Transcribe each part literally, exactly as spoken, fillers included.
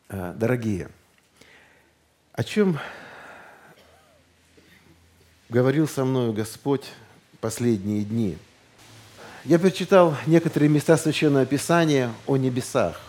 Э, Дорогие, о чем говорил со мною Господь последние дни? Я прочитал некоторые места Священного Писания о небесах,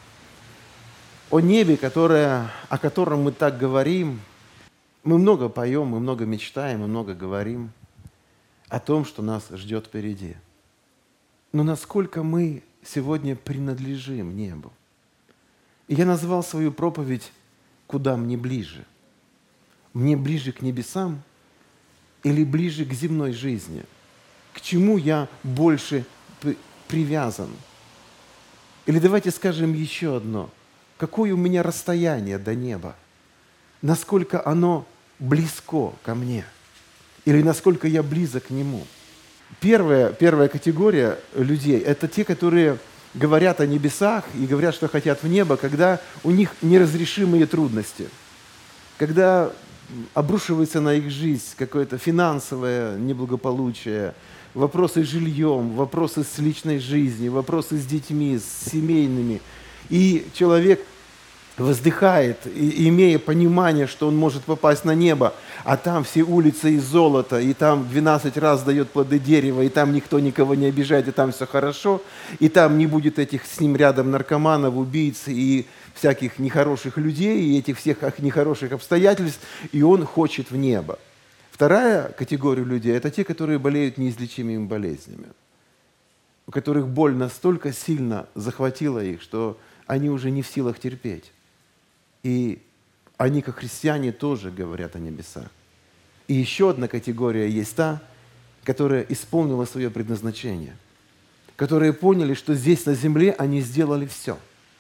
о небе, которое, о котором мы так говорим. Мы много поем, мы много мечтаем, мы много говорим о том, что нас ждет впереди. Но насколько мы сегодня принадлежим небу? И я назвал свою проповедь «Куда мне ближе?» Мне ближе к небесам или ближе к земной жизни? К чему я больше привязан? Или давайте скажем еще одно. Какое у меня расстояние до неба? Насколько оно близко ко мне? Или насколько я близок к нему? Первая, первая категория людей – это те, которые говорят о небесах и говорят, что хотят в небо, когда у них неразрешимые трудности, когда обрушивается на их жизнь какое-то финансовое неблагополучие, вопросы с жильем, вопросы с личной жизнью, вопросы с детьми, с семейными. И человек воздыхает, и, имея понимание, что он может попасть на небо, а там все улицы из золота, и там двенадцать раз дает плоды дерева, и там никто никого не обижает, и там все хорошо, и там не будет этих с ним рядом наркоманов, убийц и всяких нехороших людей, и этих всех нехороших обстоятельств, и он хочет в небо. Вторая категория людей – это те, которые болеют неизлечимыми болезнями, у которых боль настолько сильно захватила их, что они уже не в силах терпеть. И они, как христиане, тоже говорят о небесах. И еще одна категория есть та, которая исполнила свое предназначение, которые поняли, что здесь на земле они сделали все,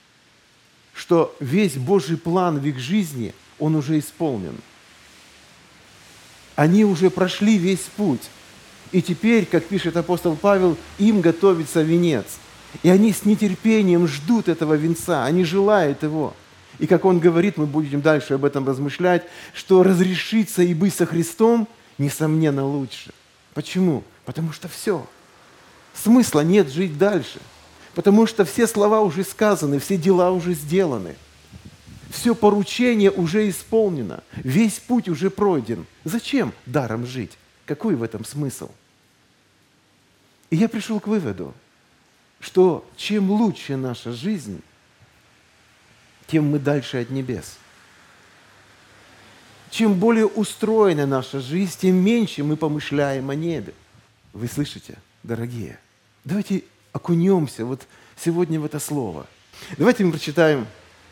что весь Божий план в их жизни, он уже исполнен. Они уже прошли весь путь. И теперь, как пишет апостол Павел, им готовится венец. И они с нетерпением ждут этого венца, они желают его. И как он говорит, мы будем дальше об этом размышлять, что разрешиться и быть со Христом, несомненно, лучше. Почему? Потому что все. Смысла нет жить дальше. Потому что все слова уже сказаны, все дела уже сделаны. Все поручение уже исполнено. Весь путь уже пройден. Зачем даром жить? Какой в этом смысл? И я пришел к выводу, что чем лучше наша жизнь, тем мы дальше от небес. Чем более устроена наша жизнь, тем меньше мы помышляем о небе. Вы слышите, дорогие? Давайте окунемся вот сегодня в это слово. Давайте мы прочитаем,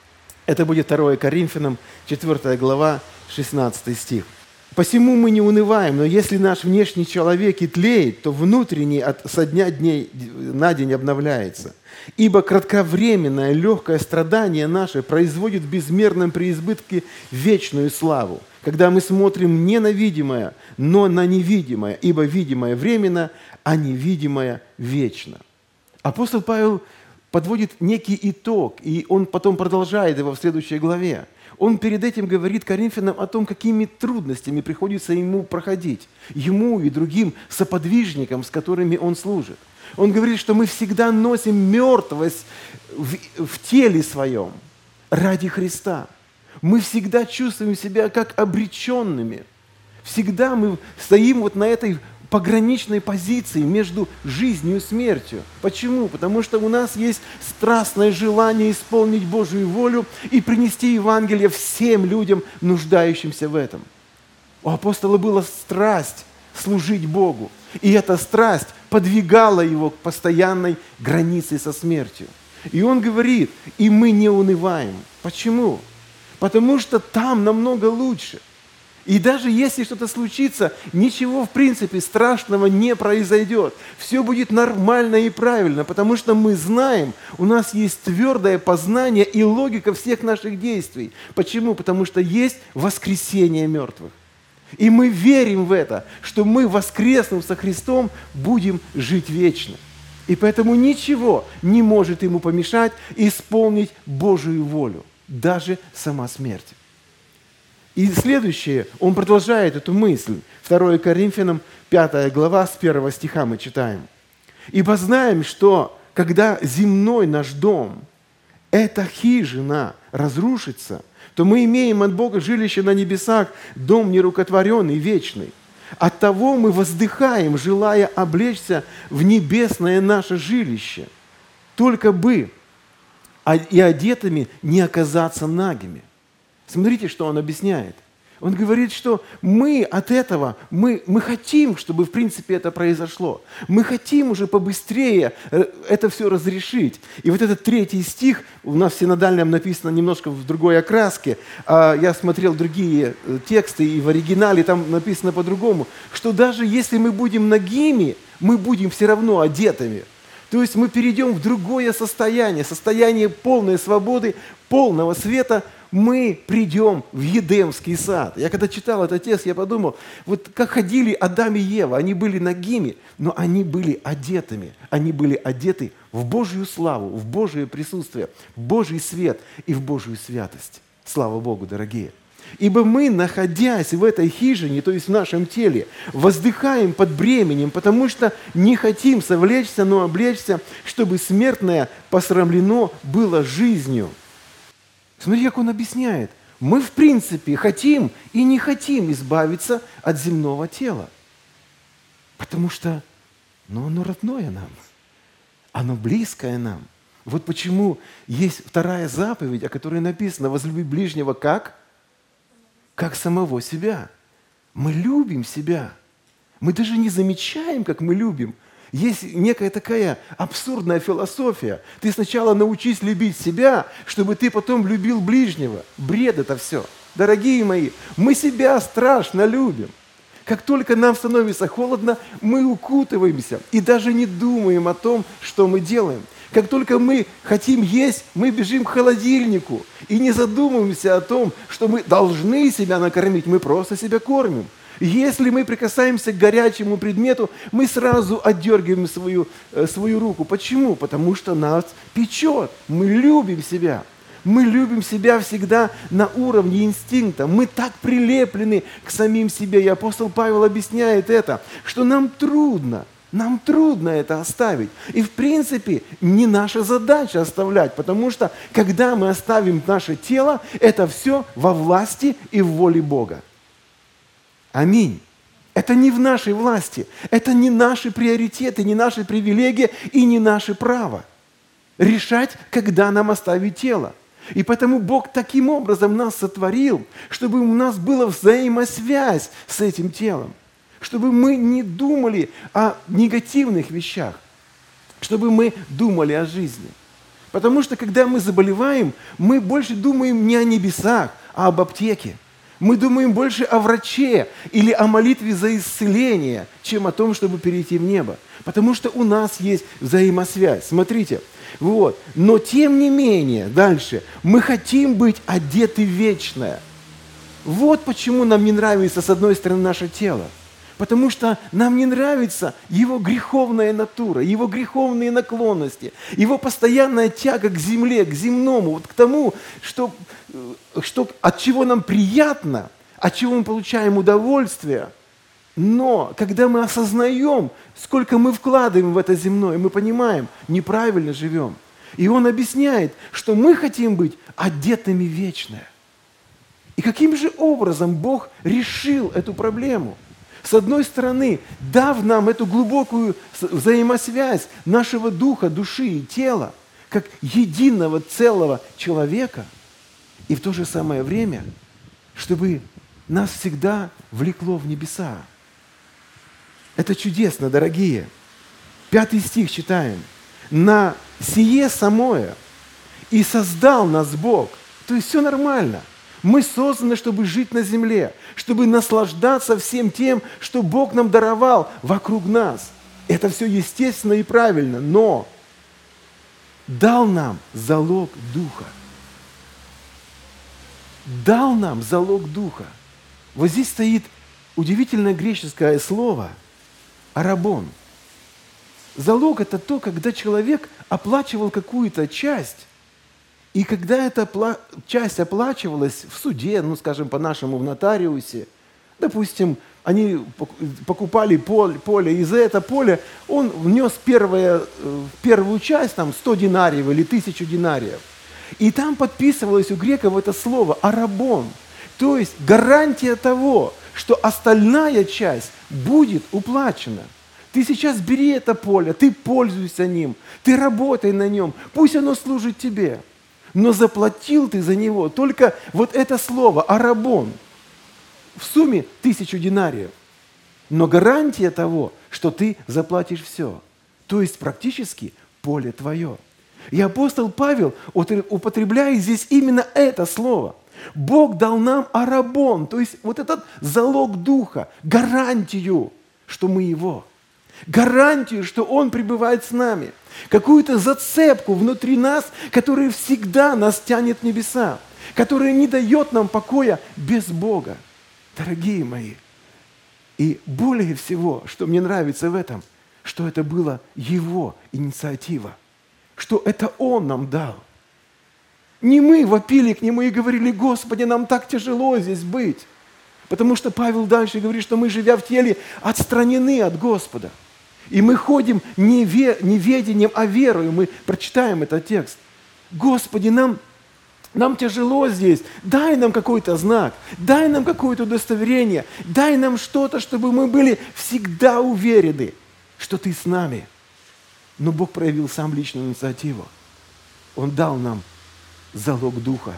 это будет второе Коринфянам, четвёртая глава, шестнадцатый стих. «Посему мы не унываем, но если наш внешний человек и тлеет, то внутренний от, со дня дней на день обновляется. Ибо кратковременное легкое страдание наше производит в безмерном преизбытке вечную славу, когда мы смотрим не на видимое, но на невидимое, ибо видимое временно, а невидимое вечно». Апостол Павел подводит некий итог, и он потом продолжает его в следующей главе. Он перед этим говорит Коринфянам о том, какими трудностями приходится ему проходить, ему и другим соподвижникам, с которыми он служит. Он говорит, что мы всегда носим мертвость в, в теле своем ради Христа. Мы всегда чувствуем себя как обреченными. Всегда мы стоим вот на этой пограничной позиции между жизнью и смертью. Почему? Потому что у нас есть страстное желание исполнить Божию волю и принести Евангелие всем людям, нуждающимся в этом. У апостола была страсть служить Богу, и эта страсть подвигала его к постоянной границе со смертью. И он говорит, и мы не унываем. Почему? Потому что там намного лучше. И даже если что-то случится, ничего в принципе страшного не произойдет. Все будет нормально и правильно, потому что мы знаем, у нас есть твердое познание и логика всех наших действий. Почему? Потому что есть воскресение мертвых. И мы верим в это, что мы, воскреснув со Христом, будем жить вечно. И поэтому ничего не может ему помешать исполнить Божию волю, даже сама смерть. И следующее, он продолжает эту мысль. второе Коринфянам, пятая глава, с первого стиха мы читаем. «Ибо знаем, что когда земной наш дом, эта хижина разрушится, то мы имеем от Бога жилище на небесах, дом нерукотворенный, вечный. Оттого мы воздыхаем, желая облечься в небесное наше жилище, только бы и одетыми не оказаться нагими. Смотрите, что он объясняет. Он говорит, что мы от этого, мы, мы хотим, чтобы в принципе это произошло. Мы хотим уже побыстрее это все разрешить. И вот этот третий стих, у нас в синодальном написано немножко в другой окраске. Я смотрел другие тексты, и в оригинале там написано по-другому, что даже если мы будем нагими, мы будем все равно одетыми. То есть мы перейдем в другое состояние, состояние полной свободы, полного света. Мы придем в Едемский сад. Я когда читал этот текст, я подумал, вот как ходили Адам и Ева, они были нагими, но они были одетыми. Они были одеты в Божью славу, в Божие присутствие, в Божий свет и в Божью святость. Слава Богу, дорогие! Ибо мы, находясь в этой хижине, то есть в нашем теле, воздыхаем под бременем, потому что не хотим совлечься, но облечься, чтобы смертное посрамлено было жизнью. Смотри, как он объясняет. Мы, в принципе, хотим и не хотим избавиться от земного тела. Потому что ну, оно родное нам, оно близкое нам. Вот почему есть вторая заповедь, о которой написано: возлюби ближнего как? Как самого себя. Мы любим себя. Мы даже не замечаем, как мы любим. Есть некая такая абсурдная философия. Ты сначала научись любить себя, чтобы ты потом любил ближнего. Бред это все. Дорогие мои, мы себя страшно любим. Как только нам становится холодно, мы укутываемся и даже не думаем о том, что мы делаем. Как только мы хотим есть, мы бежим к холодильнику и не задумываемся о том, что мы должны себя накормить, мы просто себя кормим. Если мы прикасаемся к горячему предмету, мы сразу отдергиваем свою, свою руку. Почему? Потому что нас печет. Мы любим себя. Мы любим себя всегда на уровне инстинкта. Мы так прилеплены к самим себе. И апостол Павел объясняет это, что нам трудно. Нам трудно это оставить. И в принципе не наша задача оставлять, потому что когда мы оставим наше тело, это все во власти и в воле Бога. Аминь. Это не в нашей власти, это не наши приоритеты, не наши привилегии и не наше право решать, когда нам оставить тело. И поэтому Бог таким образом нас сотворил, чтобы у нас была взаимосвязь с этим телом, чтобы мы не думали о негативных вещах, чтобы мы думали о жизни. Потому что когда мы заболеваем, мы больше думаем не о небесах, а об аптеке. Мы думаем больше о враче или о молитве за исцеление, чем о том, чтобы перейти в небо. Потому что у нас есть взаимосвязь. Смотрите, вот. Но тем не менее, дальше, мы хотим быть одеты в вечное. Вот почему нам не нравится, с одной стороны, наше тело. Потому что нам не нравится его греховная натура, его греховные наклонности, его постоянная тяга к земле, к земному, вот к тому, что, что, от чего нам приятно, от чего мы получаем удовольствие. Но когда мы осознаем, сколько мы вкладываем в это земное, мы понимаем, неправильно живем. И он объясняет, что мы хотим быть одетыми в вечное. И каким же образом Бог решил эту проблему? С одной стороны, дав нам эту глубокую взаимосвязь нашего духа, души и тела, как единого целого человека, и в то же самое время, чтобы нас всегда влекло в небеса. Это чудесно, дорогие. Пятый стих читаем. «На сие самое и создал нас Бог». То есть все нормально. Мы созданы, чтобы жить на земле, чтобы наслаждаться всем тем, что Бог нам даровал вокруг нас. Это все естественно и правильно, но дал нам залог Духа. Дал нам залог Духа. Вот здесь стоит удивительное греческое слово «арабон». Залог – это то, когда человек оплачивал какую-то часть. И когда эта часть оплачивалась в суде, ну, скажем, по-нашему, в нотариусе, допустим, они покупали поле, поле и за это поле он внес первое, первую часть, там, сто динариев или тысячу динариев. И там подписывалось у греков это слово «арабон», то есть гарантия того, что остальная часть будет уплачена. Ты сейчас бери это поле, ты пользуйся ним, ты работай на нем, пусть оно служит тебе. Но заплатил ты за него только вот это слово «арабон». В сумме тысячу динариев. Но гарантия того, что ты заплатишь все. То есть практически поле твое. И апостол Павел употребляет здесь именно это слово. Бог дал нам арабон, то есть вот этот залог духа, гарантию, что мы его. Гарантию, что Он пребывает с нами. Какую-то зацепку внутри нас, которая всегда нас тянет в небеса, которая не дает нам покоя без Бога. Дорогие мои, и более всего, что мне нравится в этом, что это была Его инициатива, что это Он нам дал. Не мы вопили к Нему и говорили: «Господи, нам так тяжело здесь быть». Потому что Павел дальше говорит, что мы, живя в теле, отстранены от Господа. И мы ходим не, ве, не ведением, а верою. Мы прочитаем этот текст. Господи, нам, нам тяжело здесь. Дай нам какой-то знак, дай нам какое-то удостоверение, дай нам что-то, чтобы мы были всегда уверены, что Ты с нами. Но Бог проявил сам личную инициативу. Он дал нам залог Духа.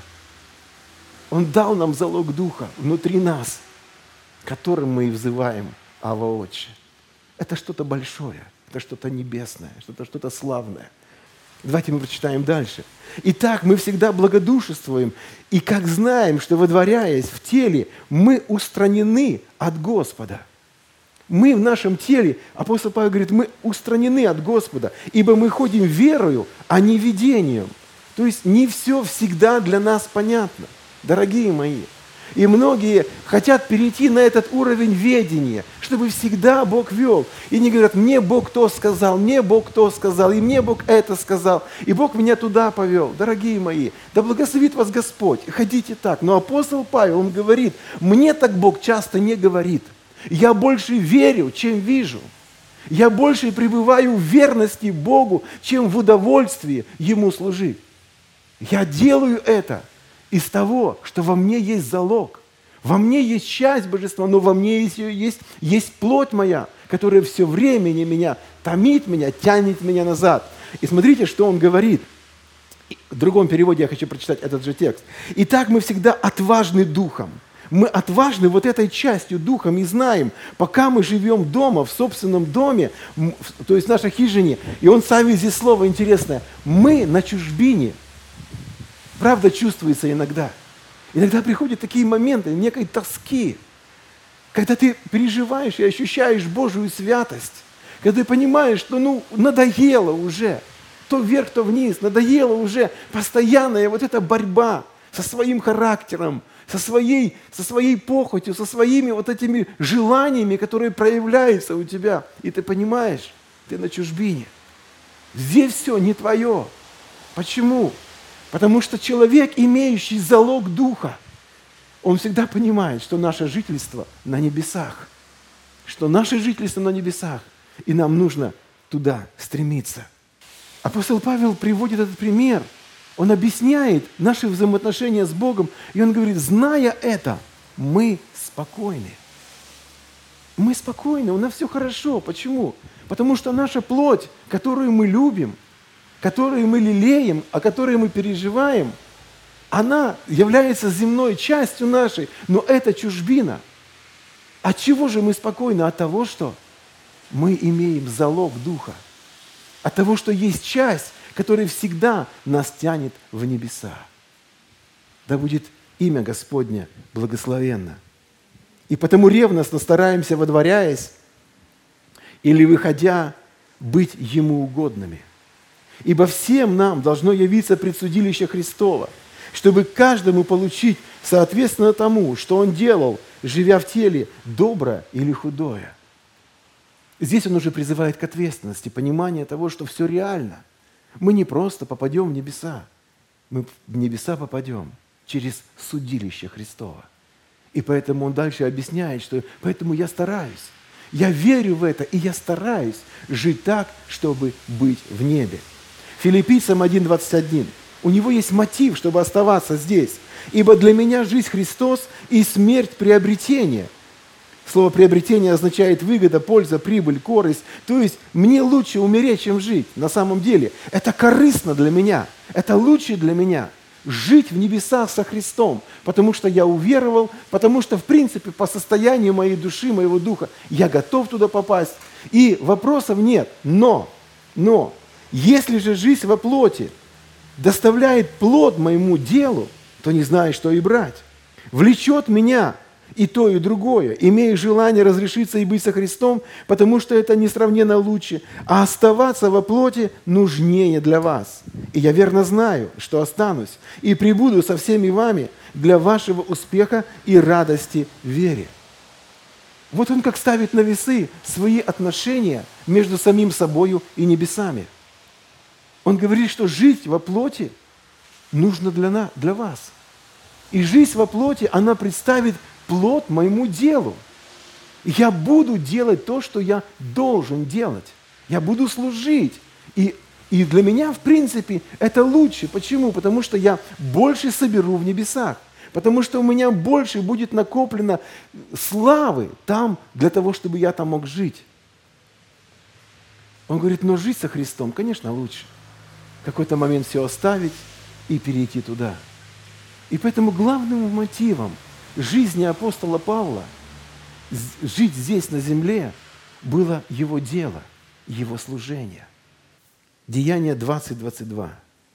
Он дал нам залог Духа внутри нас, которым мы и взываем: «Ава, Отче». Это что-то большое, это что-то небесное, что-то, что-то славное. Давайте мы прочитаем дальше. «Итак, мы всегда благодушествуем, и как знаем, что, водворяясь в теле, мы устранены от Господа». Мы в нашем теле, апостол Павел говорит, мы устранены от Господа, ибо мы ходим верою, а не видением. То есть не все всегда для нас понятно, дорогие мои. И многие хотят перейти на этот уровень ведения, чтобы всегда Бог вел. И они говорят: мне Бог то сказал, мне Бог то сказал, и мне Бог это сказал, и Бог меня туда повел. Дорогие мои, да благословит вас Господь, ходите так. Но апостол Павел, он говорит: мне так Бог часто не говорит. Я больше верю, чем вижу. Я больше пребываю в верности Богу, чем в удовольствии Ему служить. Я делаю это из того, что во мне есть залог. Во мне есть часть Божества, но во мне есть, есть, есть плоть моя, которая все время меня томит меня, тянет меня назад. И смотрите, что он говорит. В другом переводе я хочу прочитать этот же текст. «Итак, мы всегда отважны духом». Мы отважны вот этой частью духом и знаем, пока мы живем дома, в собственном доме, то есть в нашей хижине, и он ставит здесь слово интересное: мы на чужбине. Правда, чувствуется иногда. Иногда приходят такие моменты некой тоски, когда ты переживаешь и ощущаешь Божию святость, когда ты понимаешь, что ну, надоело уже, то вверх, то вниз, надоело уже постоянная вот эта борьба со своим характером, со своей, со своей похотью, со своими вот этими желаниями, которые проявляются у тебя. И ты понимаешь, ты на чужбине. Здесь все не твое. Почему? Потому что человек, имеющий залог Духа, он всегда понимает, что наше жительство на небесах. Что наше жительство на небесах. И нам нужно туда стремиться. Апостол Павел приводит этот пример. Он объясняет наши взаимоотношения с Богом, и он говорит: зная это, мы спокойны. Мы спокойны, у нас все хорошо. Почему? Потому что наша плоть, которую мы любим, которую мы лелеем, о которой мы переживаем, она является земной частью нашей, но это чужбина. От чего же мы спокойны? От того, что мы имеем залог Духа. От того, что есть часть, который всегда нас тянет в небеса. Да будет имя Господне благословенно. И потому ревностно стараемся, водворяясь или выходя, быть Ему угодными. Ибо всем нам должно явиться предсудилище Христово, чтобы каждому получить соответственно тому, что он делал, живя в теле, доброе или худое. Здесь он уже призывает к ответственности, понимание того, что все реально. Мы не просто попадем в небеса, мы в небеса попадем через судилище Христово. И поэтому он дальше объясняет, что поэтому я стараюсь, я верю в это, и я стараюсь жить так, чтобы быть в небе. Филиппийцам один двадцать один. У него есть мотив, чтобы оставаться здесь. Ибо для меня жизнь Христос и смерть приобретение. Слово приобретение означает выгода, польза, прибыль, корысть. То есть мне лучше умереть, чем жить. На самом деле это корыстно для меня. Это лучше для меня. Жить в небесах со Христом, потому что я уверовал, потому что, в принципе, по состоянию моей души, моего духа, я готов туда попасть. И вопросов нет. Но, но, если же жизнь во плоти доставляет плод моему делу, то не знаю, что и брать. Влечет меня и то, и другое, имея желание разрешиться и быть со Христом, потому что это несравненно лучше, а оставаться во плоти нужнее для вас. И я верно знаю, что останусь и пребуду со всеми вами для вашего успеха и радости в вере. Вот он как ставит на весы свои отношения между самим собою и небесами. Он говорит, что жить во плоти нужно для, нас, для вас. И жизнь во плоти, она представит плод моему делу. Я буду делать то, что я должен делать. Я буду служить. И, и для меня, в принципе, это лучше. Почему? Потому что я больше соберу в небесах. Потому что у меня больше будет накоплено славы там, для того, чтобы я там мог жить. Он говорит, но жить со Христом, конечно, лучше. В какой-то момент все оставить и перейти туда. И поэтому главным мотивом жизни апостола Павла жить здесь, на земле, было его дело, его служение. Деяния двадцать двадцать два.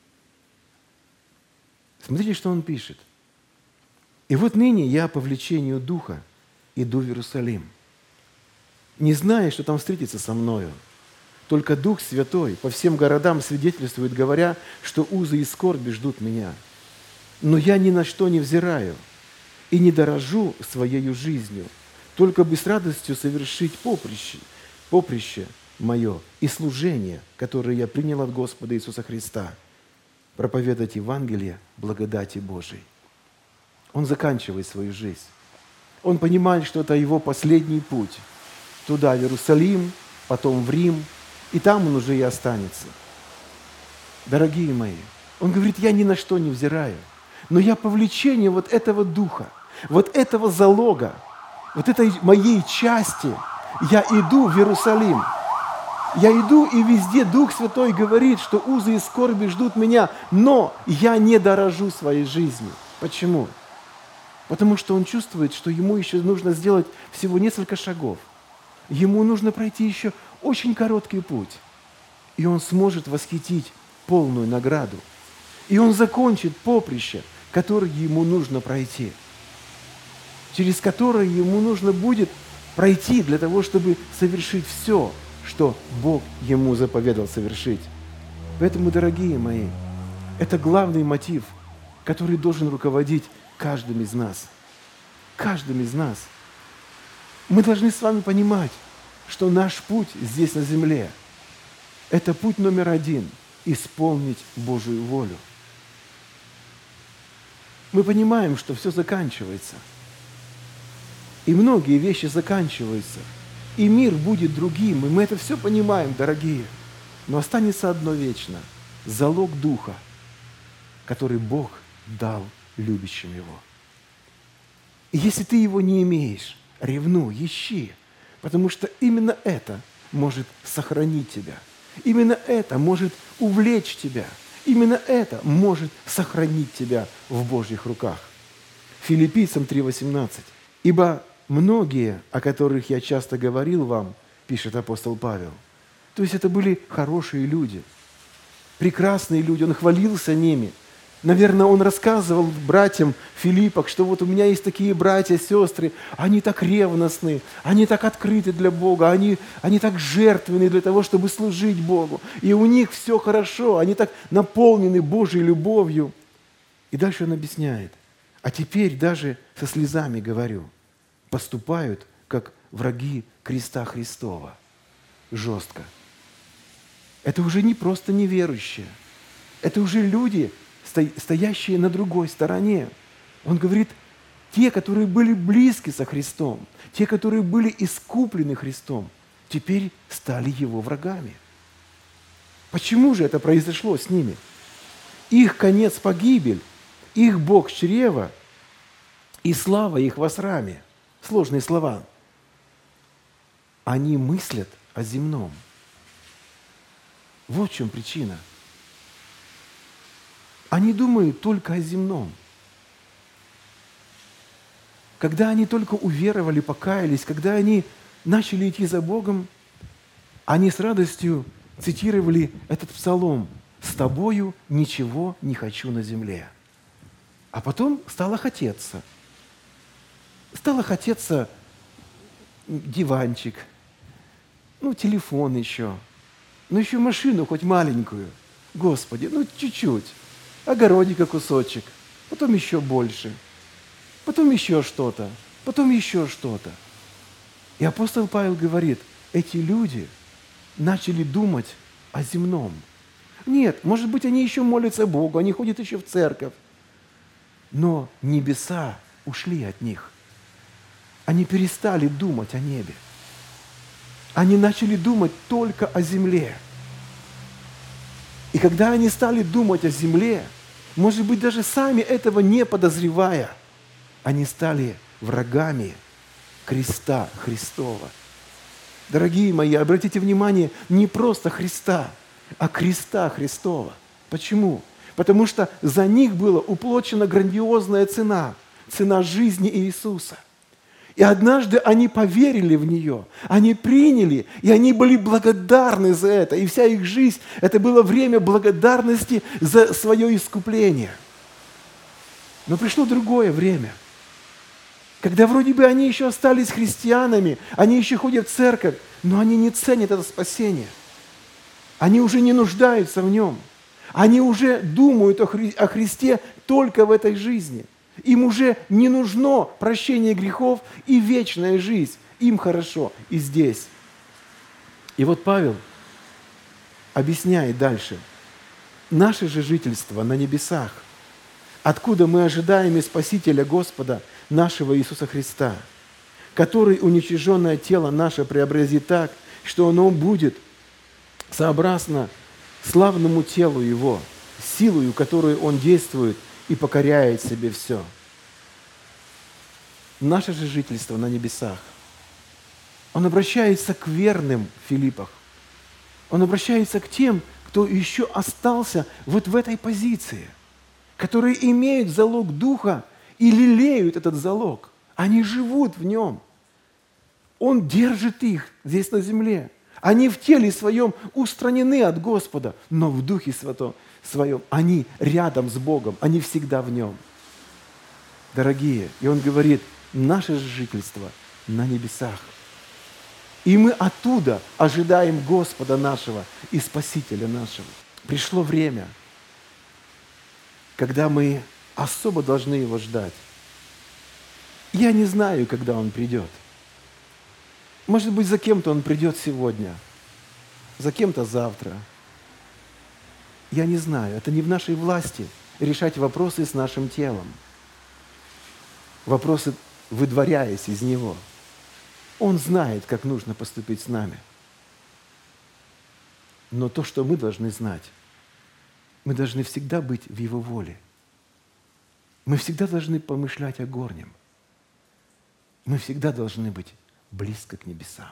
Смотрите, что он пишет. «И вот ныне я по влечению Духа иду в Иерусалим, не зная, что там встретится со мною. Только Дух Святой по всем городам свидетельствует, говоря, что узы и скорби ждут меня. Но я ни на что не взираю и не дорожу своею жизнью, только бы с радостью совершить поприще, поприще мое и служение, которое я принял от Господа Иисуса Христа, проповедать Евангелие благодати Божией». Он заканчивает свою жизнь. Он понимает, что это его последний путь. Туда, в Иерусалим, потом в Рим, и там он уже и останется. Дорогие мои, он говорит, я ни на что не взираю, но я по влечению вот этого духа, вот этого залога, вот этой моей части, я иду в Иерусалим. Я иду, и везде Дух Святой говорит, что узы и скорби ждут меня, но я не дорожу своей жизнью. Почему? Потому что он чувствует, что ему еще нужно сделать всего несколько шагов. Ему нужно пройти еще очень короткий путь. И он сможет восхитить полную награду. И он закончит поприще, которое ему нужно пройти. Через которое ему нужно будет пройти для того, чтобы совершить все, что Бог ему заповедал совершить. Поэтому, дорогие мои, это главный мотив, который должен руководить каждым из нас. Каждым из нас. Мы должны с вами понимать, что наш путь здесь на земле – это путь номер один – исполнить Божию волю. Мы понимаем, что все заканчивается. И многие вещи заканчиваются. И мир будет другим. И мы это все понимаем, дорогие. Но останется одно вечно – залог Духа, который Бог дал любящим Его. И если ты его не имеешь, ревнуй, ищи, потому что именно это может сохранить тебя. Именно это может увлечь тебя. Именно это может сохранить тебя в Божьих руках. Филиппийцам три восемнадцать. «Ибо многие, о которых я часто говорил вам, пишет апостол Павел, то есть это были хорошие люди, прекрасные люди, он хвалился ними. Наверное, он рассказывал братьям Филиппах, что вот у меня есть такие братья, сестры, они так ревностны, они так открыты для Бога, они, они так жертвенны для того, чтобы служить Богу. И у них все хорошо, они так наполнены Божьей любовью. И дальше он объясняет. А теперь даже со слезами говорю, поступают, как враги креста Христова. Жестко. Это уже не просто неверующие. Это уже люди, стоящие на другой стороне. Он говорит, те, которые были близки со Христом, те, которые были искуплены Христом, теперь стали Его врагами. Почему же это произошло с ними? их конец погибель, их Бог чрева и слава их во сраме. Сложные слова. Они мыслят о земном. Вот в чем причина. Они думают только о земном. Когда они только уверовали, покаялись, когда они начали идти за Богом, они с радостью цитировали этот псалом: «С тобою ничего не хочу на земле». А потом стало хотеться. Стало хотеться диванчик, ну, телефон еще, ну, еще машину хоть маленькую. Господи, ну, чуть-чуть. Огородика кусочек, потом еще больше, потом еще что-то, потом еще что-то. И апостол Павел говорит, эти люди начали думать о земном. Нет, может быть, они еще молятся Богу, они ходят еще в церковь, но небеса ушли от них. Они перестали думать о небе. Они начали думать только о земле. И когда они стали думать о земле, может быть, даже сами этого не подозревая, они стали врагами креста Христова. Дорогие мои, обратите внимание, не просто Христа, а креста Христова. Почему? Потому что за них была уплачена грандиозная цена, цена жизни Иисуса. И однажды они поверили в нее, они приняли, и они были благодарны за это. И вся их жизнь – это было время благодарности за свое искупление. Но пришло другое время, когда вроде бы они еще остались христианами, они еще ходят в церковь, но они не ценят это спасение. Они уже не нуждаются в нем. Они уже думают о, Хри- о Христе только в этой жизни. Им уже не нужно прощение грехов и вечная жизнь. Им хорошо и здесь. И вот Павел объясняет дальше. Наше же жительство на небесах, откуда мы ожидаем и Спасителя Господа нашего Иисуса Христа, который уничиженное тело наше преобразит так, что оно будет сообразно славному телу Его, силою, которую Он действует и покоряет себе все. Наше же жительство на небесах. Он обращается к верным в Филиппах. Он обращается к тем, кто еще остался вот в этой позиции, которые имеют залог Духа и лелеют этот залог. Они живут в нем. Он держит их здесь на земле. Они в теле своем устранены от Господа, но в Духе Святом своем они рядом с Богом, они всегда в Нем. Дорогие, и Он говорит, наше же жительство на небесах. И мы оттуда ожидаем Господа нашего и Спасителя нашего. Пришло время, когда мы особо должны Его ждать. Я не знаю, когда Он придет. Может быть, за кем-то Он придет сегодня, за кем-то завтра. Я не знаю, это не в нашей власти решать вопросы с нашим телом. Вопросы, выдворяясь из него. Он знает, как нужно поступить с нами. Но то, что мы должны знать, мы должны всегда быть в Его воле. Мы всегда должны помышлять о горнем. Мы всегда должны быть близко к небесам.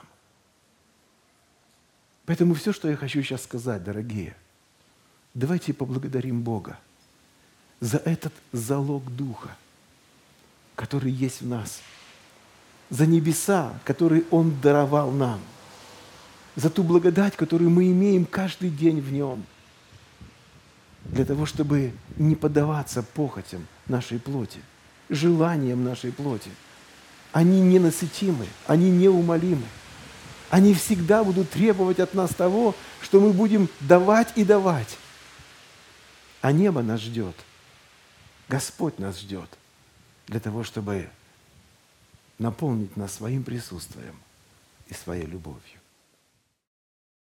Поэтому все, что я хочу сейчас сказать, дорогие, давайте поблагодарим Бога за этот залог Духа, который есть в нас, за небеса, которые Он даровал нам, за ту благодать, которую мы имеем каждый день в Нем, для того, чтобы не поддаваться похотям нашей плоти, желаниям нашей плоти. Они ненасытимы, они неумолимы. Они всегда будут требовать от нас того, что мы будем давать и давать. А небо нас ждет. Господь нас ждет для того, чтобы наполнить нас своим присутствием и своей любовью.